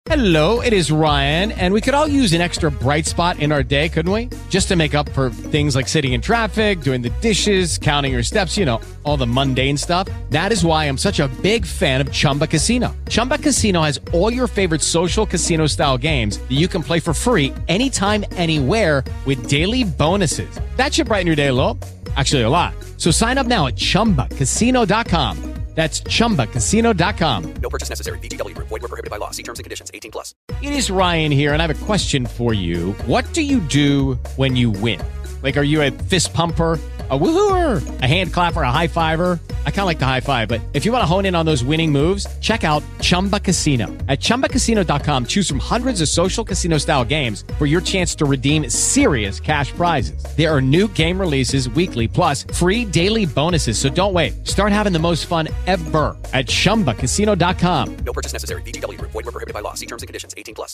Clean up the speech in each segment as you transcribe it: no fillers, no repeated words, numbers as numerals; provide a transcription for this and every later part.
Hello, it is Ryan, and we could all use an extra bright spot in our day, couldn't we? Just to make up for things like sitting in traffic, doing the dishes, counting your steps, you know, all the mundane stuff. That is why I'm such a big fan of Chumba Casino. Chumba Casino has all your favorite social casino-style games that you can play for free anytime, anywhere with daily bonuses. That should brighten your day a little. Actually, a lot. So sign up now at ChumbaCasino.com. That's ChumbaCasino.com. No purchase necessary. VGW Group. Void where prohibited by law. See terms and conditions. 18 plus. It is Ryan here, and I have a question for you. What do you do when you win? Like, are you a fist pumper, a woohooer, a hand clapper, a high fiver? I kind of like the high five, but if you want to hone in on those winning moves, check out Chumba Casino. At ChumbaCasino.com, choose from hundreds of social casino-style games for your chance to redeem serious cash prizes. There are new game releases weekly, plus free daily bonuses, so don't wait. Start having the most fun ever at ChumbaCasino.com. No purchase necessary. VGW Group. Void where prohibited by law. See terms and conditions. 18 plus.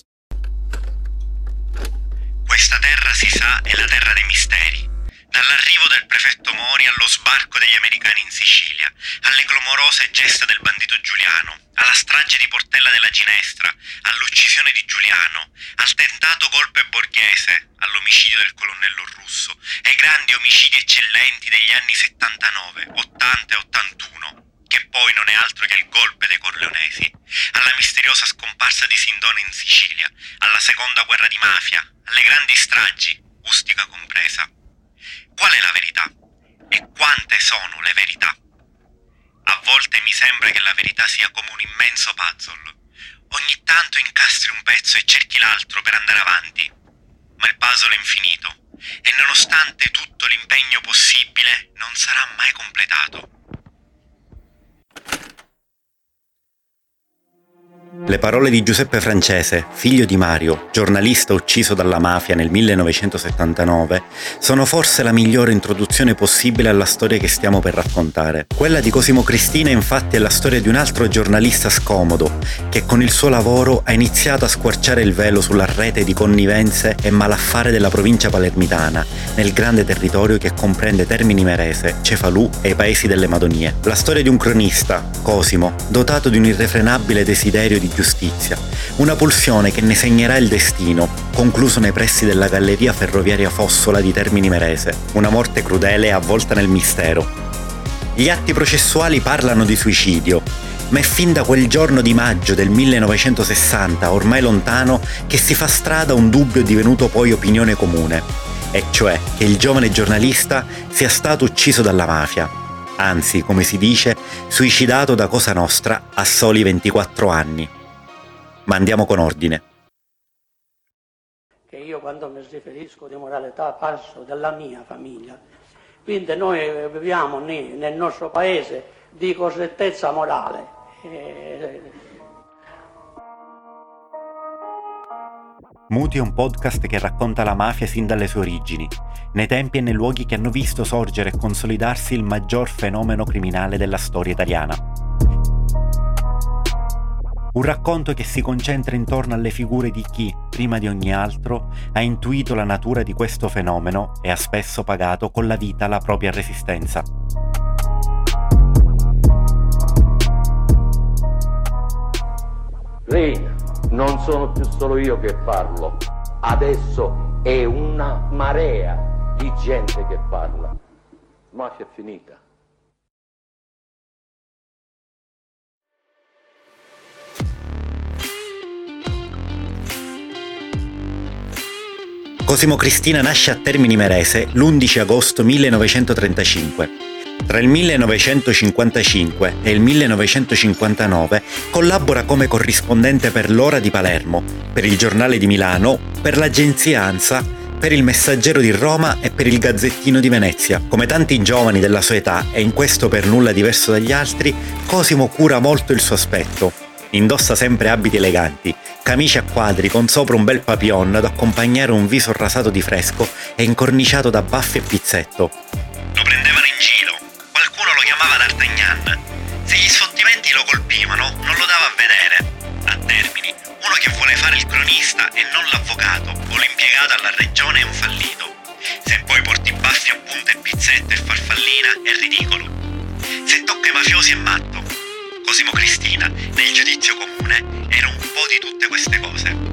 Questa terra, si sa, è la terra dei misteri. Dall'arrivo del prefetto Mori allo sbarco degli americani in Sicilia, alle clamorose gesta del bandito Giuliano, alla strage di Portella della Ginestra, all'uccisione di Giuliano, al tentato golpe borghese, all'omicidio del colonnello Russo, ai grandi omicidi eccellenti degli anni 79, 80 e 81, che poi non è altro che il golpe dei Corleonesi, alla misteriosa scomparsa di Sindona in Sicilia, alla seconda guerra di mafia, alle grandi stragi, Ustica compresa. Qual è la verità? E quante sono le verità? A volte mi sembra che la verità sia come un immenso puzzle. Ogni tanto incastri un pezzo e cerchi l'altro per andare avanti. Ma il puzzle è infinito e nonostante tutto l'impegno possibile non sarà mai completato. Le parole di Giuseppe Francese, figlio di Mario, giornalista ucciso dalla mafia nel 1979, sono forse la migliore introduzione possibile alla storia che stiamo per raccontare. Quella di Cosimo Cristina, infatti, è la storia di un altro giornalista scomodo, che con il suo lavoro ha iniziato a squarciare il velo sulla rete di connivenze e malaffare della provincia palermitana, nel grande territorio che comprende Termini Imerese, Cefalù e i paesi delle Madonie. La storia di un cronista, Cosimo, dotato di un irrefrenabile desiderio di giustizia, una pulsione che ne segnerà il destino, concluso nei pressi della galleria ferroviaria Fossola di Termini Imerese, una morte crudele avvolta nel mistero. Gli atti processuali parlano di suicidio, ma è fin da quel giorno di maggio del 1960, ormai lontano, che si fa strada un dubbio divenuto poi opinione comune, e cioè che il giovane giornalista sia stato ucciso dalla mafia. Anzi, come si dice, suicidato da Cosa Nostra a soli 24 anni. Ma andiamo con ordine. Che io quando mi riferisco di moralità parlo della mia famiglia. Quindi noi viviamo nel nostro paese di correttezza morale. Muti è un podcast che racconta la mafia sin dalle sue origini, nei tempi e nei luoghi che hanno visto sorgere e consolidarsi il maggior fenomeno criminale della storia italiana. Un racconto che si concentra intorno alle figure di chi, prima di ogni altro, ha intuito la natura di questo fenomeno e ha spesso pagato con la vita la propria resistenza. Reina, non sono più solo io che parlo, adesso è una marea di gente che parla. Mafia è finita. Cosimo Cristina nasce a Termini Imerese l'11 agosto 1935. Tra il 1955 e il 1959 collabora come corrispondente per l'Ora di Palermo, per il Giornale di Milano, per l'agenzia ANSA, per il Messaggero di Roma e per il Gazzettino di Venezia. Come tanti giovani della sua età, e in questo per nulla diverso dagli altri, Cosimo cura molto il suo aspetto. Indossa sempre abiti eleganti, camicie a quadri con sopra un bel papillon ad accompagnare un viso rasato di fresco e incorniciato da baffi e pizzetto. Lo prendevano in giro, qualcuno lo chiamava D'Artagnan. Se gli sfottimenti lo colpivano, non lo dava a vedere. A Termini, uno che vuole fare il cronista e non l'avvocato o l'impiegato alla regione è un fallito. Se poi porti baffi a punta e pizzetto e farfallina è ridicolo. Se tocca i mafiosi è matto. Cosimo Cristina, nel giudizio comune, era un po' di tutte queste cose.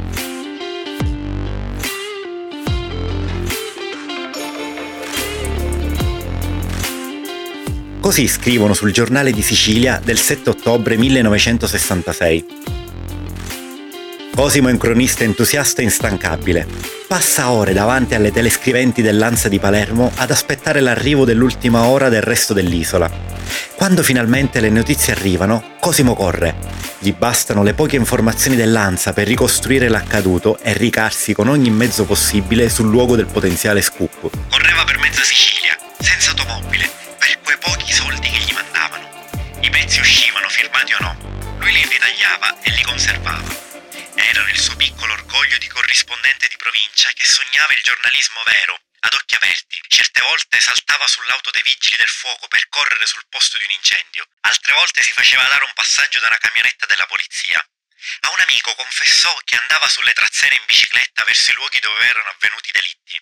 Così scrivono sul Giornale di Sicilia del 7 ottobre 1966. Cosimo è un cronista entusiasta e instancabile. Passa ore davanti alle telescriventi dell'Ansa di Palermo ad aspettare l'arrivo dell'ultima ora del resto dell'isola. Quando finalmente le notizie arrivano, Cosimo corre. Gli bastano le poche informazioni dell'Ansa per ricostruire l'accaduto e recarsi con ogni mezzo possibile sul luogo del potenziale scoop. Correva per mezza Sicilia, senza automobile, per quei pochi soldi che gli mandavano. I pezzi uscivano, firmati o no. Lui li ritagliava e li conservava. Era nel suo piccolo orgoglio di corrispondente di provincia che sognava il giornalismo vero, ad occhi aperti. Certe volte saltava sull'auto dei vigili del fuoco per correre sul posto di un incendio. Altre volte si faceva dare un passaggio da una camionetta della polizia. A un amico confessò che andava sulle trazzere in bicicletta verso i luoghi dove erano avvenuti i delitti.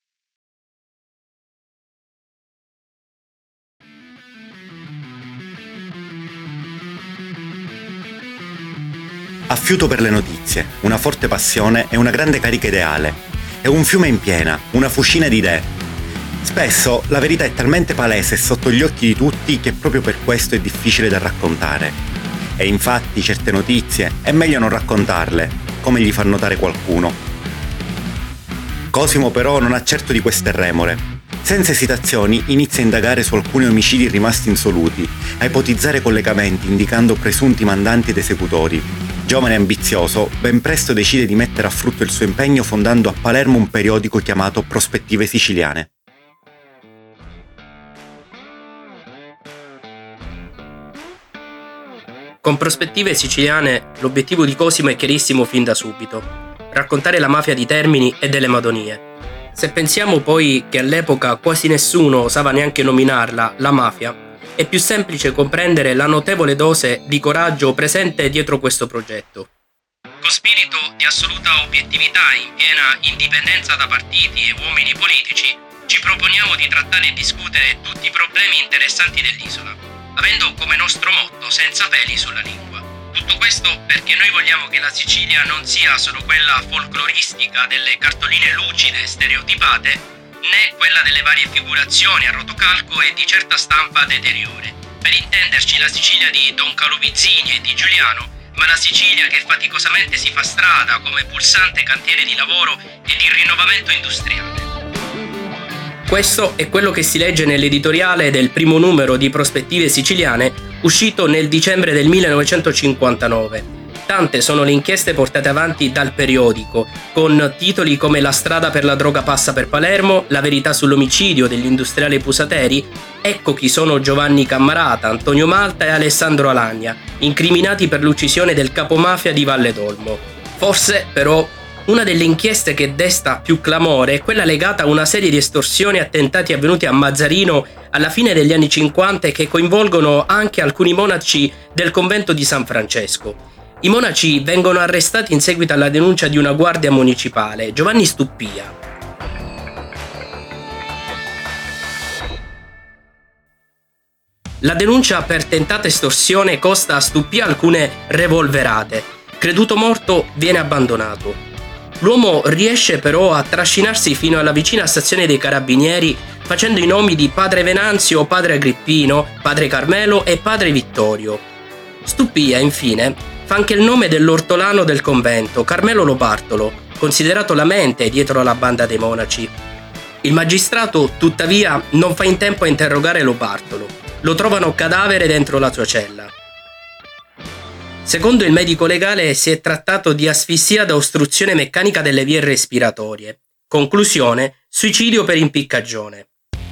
Affiuto per le notizie, una forte passione e una grande carica ideale. È un fiume in piena, una fucina di idee. Spesso la verità è talmente palese e sotto gli occhi di tutti che proprio per questo è difficile da raccontare. E infatti certe notizie è meglio non raccontarle, come gli fa notare qualcuno. Cosimo però non ha certo di queste remore. Senza esitazioni inizia a indagare su alcuni omicidi rimasti insoluti, a ipotizzare collegamenti indicando presunti mandanti ed esecutori. Giovane e ambizioso, ben presto decide di mettere a frutto il suo impegno fondando a Palermo un periodico chiamato Prospettive Siciliane. Con Prospettive Siciliane l'obiettivo di Cosimo è chiarissimo fin da subito: raccontare la mafia di Termini e delle Madonie. Se pensiamo poi che all'epoca quasi nessuno osava neanche nominarla la mafia, è più semplice comprendere la notevole dose di coraggio presente dietro questo progetto. Con spirito di assoluta obiettività e in piena indipendenza da partiti e uomini politici, ci proponiamo di trattare e discutere tutti i problemi interessanti dell'isola, avendo come nostro motto senza peli sulla lingua. Tutto questo perché noi vogliamo che la Sicilia non sia solo quella folcloristica delle cartoline lucide e stereotipate, né quella delle varie figurazioni a rotocalco e di certa stampa deteriore. Per intenderci, la Sicilia di Don Carlo Vizzini e di Giuliano, ma la Sicilia che faticosamente si fa strada come pulsante cantiere di lavoro e di rinnovamento industriale. Questo è quello che si legge nell'editoriale del primo numero di Prospettive Siciliane, uscito nel dicembre del 1959. Tante sono le inchieste portate avanti dal periodico, con titoli come La strada per la droga passa per Palermo, La verità sull'omicidio dell'industriale Pusateri, Ecco chi sono Giovanni Cammarata, Antonio Malta e Alessandro Alagna, incriminati per l'uccisione del capomafia di Valle d'Olmo. Forse, però, una delle inchieste che desta più clamore è quella legata a una serie di estorsioni e attentati avvenuti a Mazzarino alla fine degli anni 50 e che coinvolgono anche alcuni monaci del convento di San Francesco. I monaci vengono arrestati in seguito alla denuncia di una guardia municipale, Giovanni Stuppia. La denuncia per tentata estorsione costa a Stuppia alcune revolverate. Creduto morto, viene abbandonato. L'uomo riesce però a trascinarsi fino alla vicina stazione dei Carabinieri facendo i nomi di padre Venanzio, padre Agrippino, padre Carmelo e padre Vittorio. Stuppia, infine, fa anche il nome dell'ortolano del convento, Carmelo Lobartolo, considerato la mente dietro alla banda dei monaci. Il magistrato, tuttavia, non fa in tempo a interrogare Lobartolo. Lo trovano cadavere dentro la sua cella. Secondo il medico legale si è trattato di asfissia da ostruzione meccanica delle vie respiratorie. Conclusione: suicidio per impiccagione.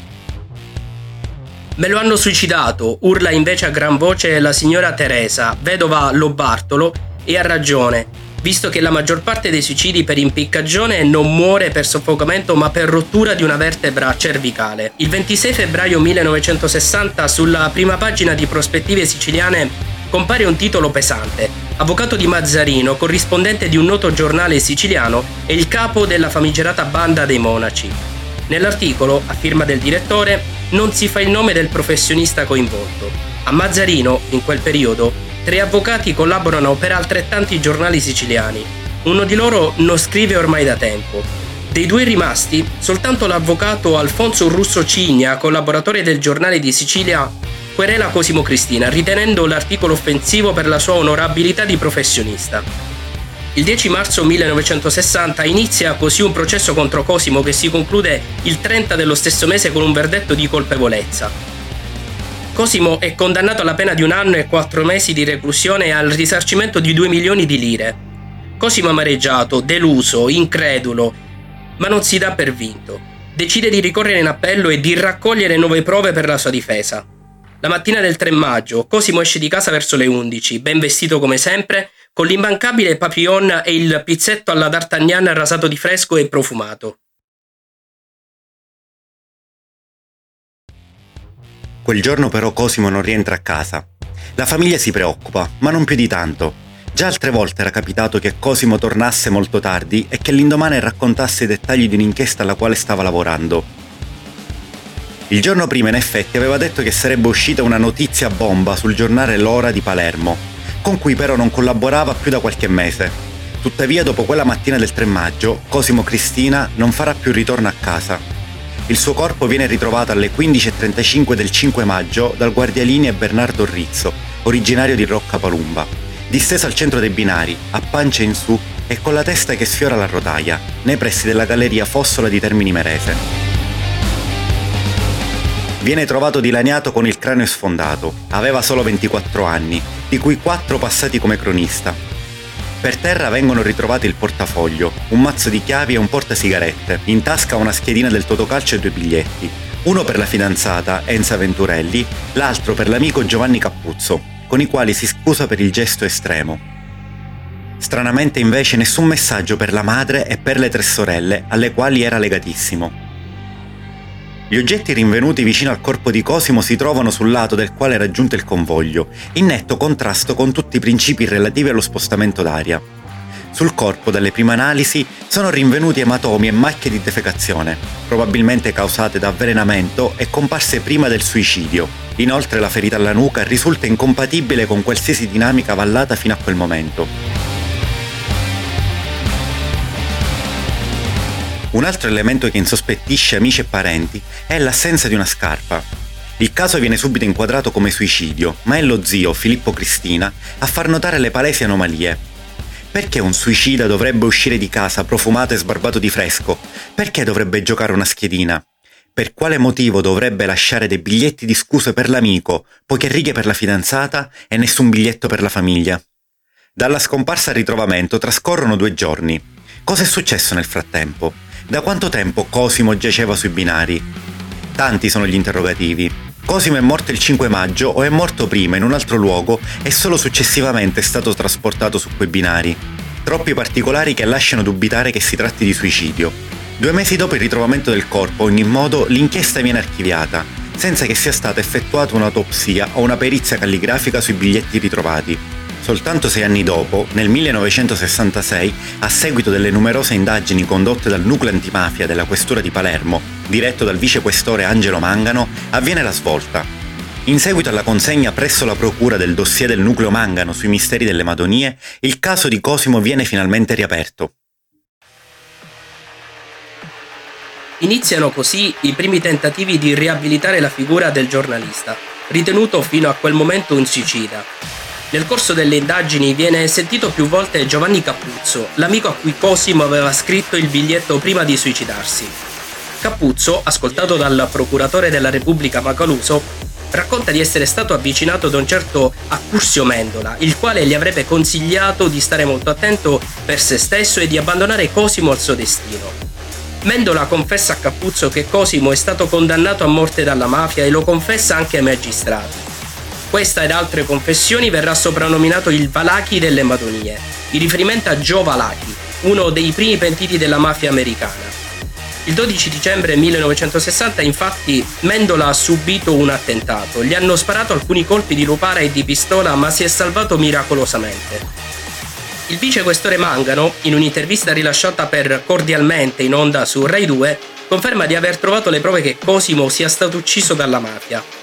Me lo hanno suicidato, urla invece a gran voce la signora Teresa, vedova Lobartolo, e ha ragione, visto che la maggior parte dei suicidi per impiccagione non muore per soffocamento ma per rottura di una vertebra cervicale. Il 26 febbraio 1960 sulla prima pagina di Prospettive Siciliane compare un titolo pesante: avvocato di Mazzarino, corrispondente di un noto giornale siciliano e il capo della famigerata banda dei monaci. Nell'articolo, a firma del direttore, non si fa il nome del professionista coinvolto. A Mazzarino, in quel periodo, 3 avvocati collaborano per altrettanti giornali siciliani. Uno di loro non scrive ormai da tempo. Dei 2 rimasti, soltanto l'avvocato Alfonso Russo Cigna, collaboratore del Giornale di Sicilia, querela Cosimo Cristina, ritenendo l'articolo offensivo per la sua onorabilità di professionista. Il 10 marzo 1960 inizia così un processo contro Cosimo che si conclude il 30 dello stesso mese con un verdetto di colpevolezza. Cosimo è condannato alla pena di 1 anno e 4 mesi di reclusione e al risarcimento di 2 milioni di lire. Cosimo amareggiato, deluso, incredulo, ma non si dà per vinto. Decide di ricorrere in appello e di raccogliere nuove prove per la sua difesa. La mattina del 3 maggio, Cosimo esce di casa verso le 11, ben vestito come sempre, con l'immancabile papillon e il pizzetto alla d'Artagnan rasato di fresco e profumato. Quel giorno però Cosimo non rientra a casa. La famiglia si preoccupa, ma non più di tanto. Già altre volte era capitato che Cosimo tornasse molto tardi e che l'indomani raccontasse i dettagli di un'inchiesta alla quale stava lavorando. Il giorno prima in effetti aveva detto che sarebbe uscita una notizia bomba sul giornale L'Ora di Palermo, con cui però non collaborava più da qualche mese. Tuttavia dopo quella mattina del 3 maggio, Cosimo Cristina non farà più ritorno a casa. Il suo corpo viene ritrovato alle 15:35 del 5 maggio dal guardialinea Bernardo Rizzo, originario di Roccapalumba, disteso al centro dei binari, a pancia in su e con la testa che sfiora la rotaia, nei pressi della galleria Fossola di Termini Imerese. Viene trovato dilaniato con il cranio sfondato, aveva solo 24 anni, di cui 4 passati come cronista. Per terra vengono ritrovati il portafoglio, un mazzo di chiavi e un portasigarette, in tasca una schedina del Totocalcio e 2 biglietti, uno per la fidanzata Enza Venturelli, l'altro per l'amico Giovanni Cappuzzo, con i quali si scusa per il gesto estremo. Stranamente invece nessun messaggio per la madre e per le 3 sorelle, alle quali era legatissimo. Gli oggetti rinvenuti vicino al corpo di Cosimo si trovano sul lato del quale era giunto il convoglio, in netto contrasto con tutti i principi relativi allo spostamento d'aria. Sul corpo, dalle prime analisi, sono rinvenuti ematomi e macchie di defecazione, probabilmente causate da avvelenamento e comparse prima del suicidio. Inoltre la ferita alla nuca risulta incompatibile con qualsiasi dinamica avallata fino a quel momento. Un altro elemento che insospettisce amici e parenti è l'assenza di una scarpa. Il caso viene subito inquadrato come suicidio, ma è lo zio, Filippo Cristina, a far notare le palesi anomalie. Perché un suicida dovrebbe uscire di casa profumato e sbarbato di fresco? Perché dovrebbe giocare una schedina? Per quale motivo dovrebbe lasciare dei biglietti di scuse per l'amico, poche righe per la fidanzata e nessun biglietto per la famiglia? Dalla scomparsa al ritrovamento trascorrono 2 giorni. Cosa è successo nel frattempo? Da quanto tempo Cosimo giaceva sui binari? Tanti sono gli interrogativi. Cosimo è morto il 5 maggio o è morto prima in un altro luogo e solo successivamente è stato trasportato su quei binari? Troppi particolari che lasciano dubitare che si tratti di suicidio. 2 mesi dopo il ritrovamento del corpo, in ogni modo, l'inchiesta viene archiviata, senza che sia stata effettuata un'autopsia o una perizia calligrafica sui biglietti ritrovati. Soltanto 6 anni dopo, nel 1966, a seguito delle numerose indagini condotte dal nucleo antimafia della questura di Palermo, diretto dal vicequestore Angelo Mangano, avviene la svolta. In seguito alla consegna presso la procura del dossier del nucleo Mangano sui misteri delle Madonie, il caso di Cosimo viene finalmente riaperto. Iniziano così i primi tentativi di riabilitare la figura del giornalista, ritenuto fino a quel momento un suicida. Nel corso delle indagini viene sentito più volte Giovanni Cappuzzo, l'amico a cui Cosimo aveva scritto il biglietto prima di suicidarsi. Cappuzzo, ascoltato dal procuratore della Repubblica Macaluso, racconta di essere stato avvicinato da un certo Accursio Mendola, il quale gli avrebbe consigliato di stare molto attento per se stesso e di abbandonare Cosimo al suo destino. Mendola confessa a Cappuzzo che Cosimo è stato condannato a morte dalla mafia e lo confessa anche ai magistrati. Questa ed altre confessioni verrà soprannominato il Valachi delle Madonie, in riferimento a Joe Valachi, uno dei primi pentiti della mafia americana. Il 12 dicembre 1960, infatti, Mendola ha subito un attentato. Gli hanno sparato alcuni colpi di lupara e di pistola, ma si è salvato miracolosamente. Il vicequestore Mangano, in un'intervista rilasciata per Cordialmente in onda su Rai 2, conferma di aver trovato le prove che Cosimo sia stato ucciso dalla mafia.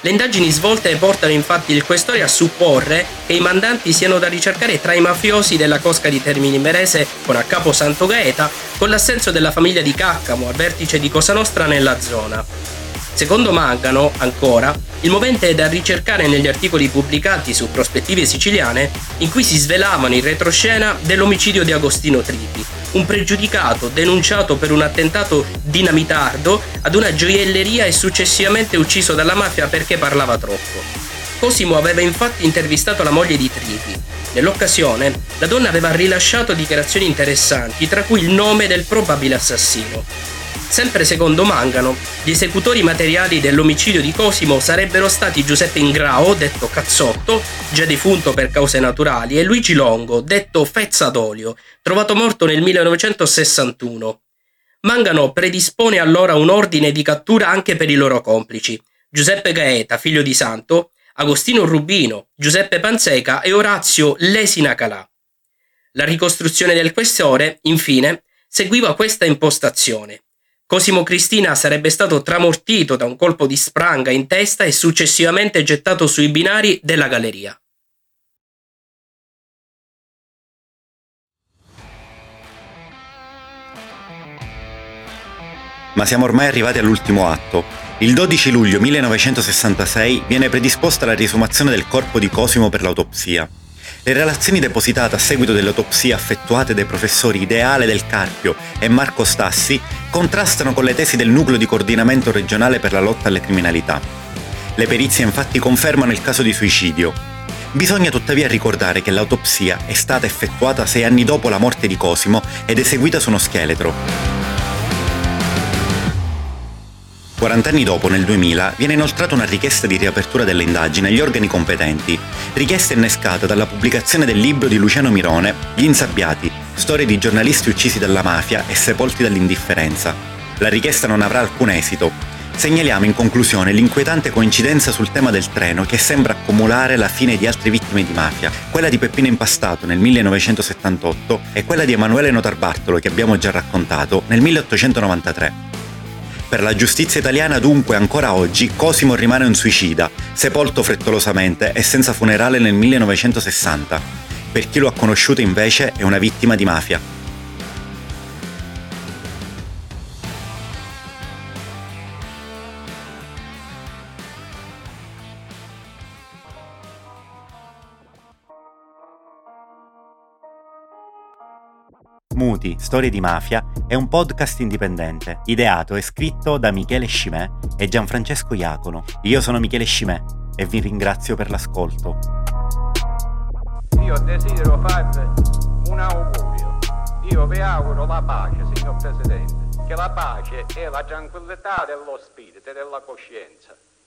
Le indagini svolte portano infatti il questore a supporre che i mandanti siano da ricercare tra i mafiosi della cosca di Termini Imerese con a capo Santo Gaeta, con l'assenso della famiglia di Caccamo, al vertice di Cosa Nostra nella zona. Secondo Mangano, ancora, il movente è da ricercare negli articoli pubblicati su Prospettive Siciliane in cui si svelavano in retroscena dell'omicidio di Agostino Tripi, un pregiudicato denunciato per un attentato dinamitardo ad una gioielleria e successivamente ucciso dalla mafia perché parlava troppo. Cosimo aveva infatti intervistato la moglie di Tripi. Nell'occasione, la donna aveva rilasciato dichiarazioni interessanti, tra cui il nome del probabile assassino. Sempre secondo Mangano, gli esecutori materiali dell'omicidio di Cosimo sarebbero stati Giuseppe Ingrao, detto Cazzotto, già defunto per cause naturali, e Luigi Longo, detto Fezza d'Olio, trovato morto nel 1961. Mangano predispone allora un ordine di cattura anche per i loro complici: Giuseppe Gaeta, figlio di Santo, Agostino Rubino, Giuseppe Panseca e Orazio Lesina Calà. La ricostruzione del questore, infine, seguiva questa impostazione. Cosimo Cristina sarebbe stato tramortito da un colpo di spranga in testa e successivamente gettato sui binari della galleria. Ma siamo ormai arrivati all'ultimo atto. Il 12 luglio 1966 viene predisposta la riesumazione del corpo di Cosimo per l'autopsia. Le relazioni depositate a seguito dell'autopsia effettuate dai professori Ideale del Carpio e Marco Stassi contrastano con le tesi del Nucleo di Coordinamento Regionale per la Lotta alle Criminalità. Le perizie infatti confermano il caso di suicidio. Bisogna tuttavia ricordare che l'autopsia è stata effettuata 6 anni dopo la morte di Cosimo ed eseguita su uno scheletro. 40 anni dopo, nel 2000, viene inoltrata una richiesta di riapertura delle indagini agli organi competenti, richiesta innescata dalla pubblicazione del libro di Luciano Mirone, Gli Insabbiati, storie di giornalisti uccisi dalla mafia e sepolti dall'indifferenza. La richiesta non avrà alcun esito. Segnaliamo in conclusione l'inquietante coincidenza sul tema del treno che sembra accumulare la fine di altre vittime di mafia, quella di Peppino Impastato nel 1978 e quella di Emanuele Notarbartolo che abbiamo già raccontato nel 1893. Per la giustizia italiana dunque ancora oggi Cosimo rimane un suicida, sepolto frettolosamente e senza funerale nel 1960. Per chi lo ha conosciuto invece è una vittima di mafia. Muti, Storie di Mafia è un podcast indipendente, ideato e scritto da Michele Scimè e Gianfrancesco Iacono. Io sono Michele Scimè e vi ringrazio per l'ascolto. Io desidero farvi un augurio. Io vi auguro la pace, signor Presidente, che la pace è la tranquillità dello spirito e della coscienza.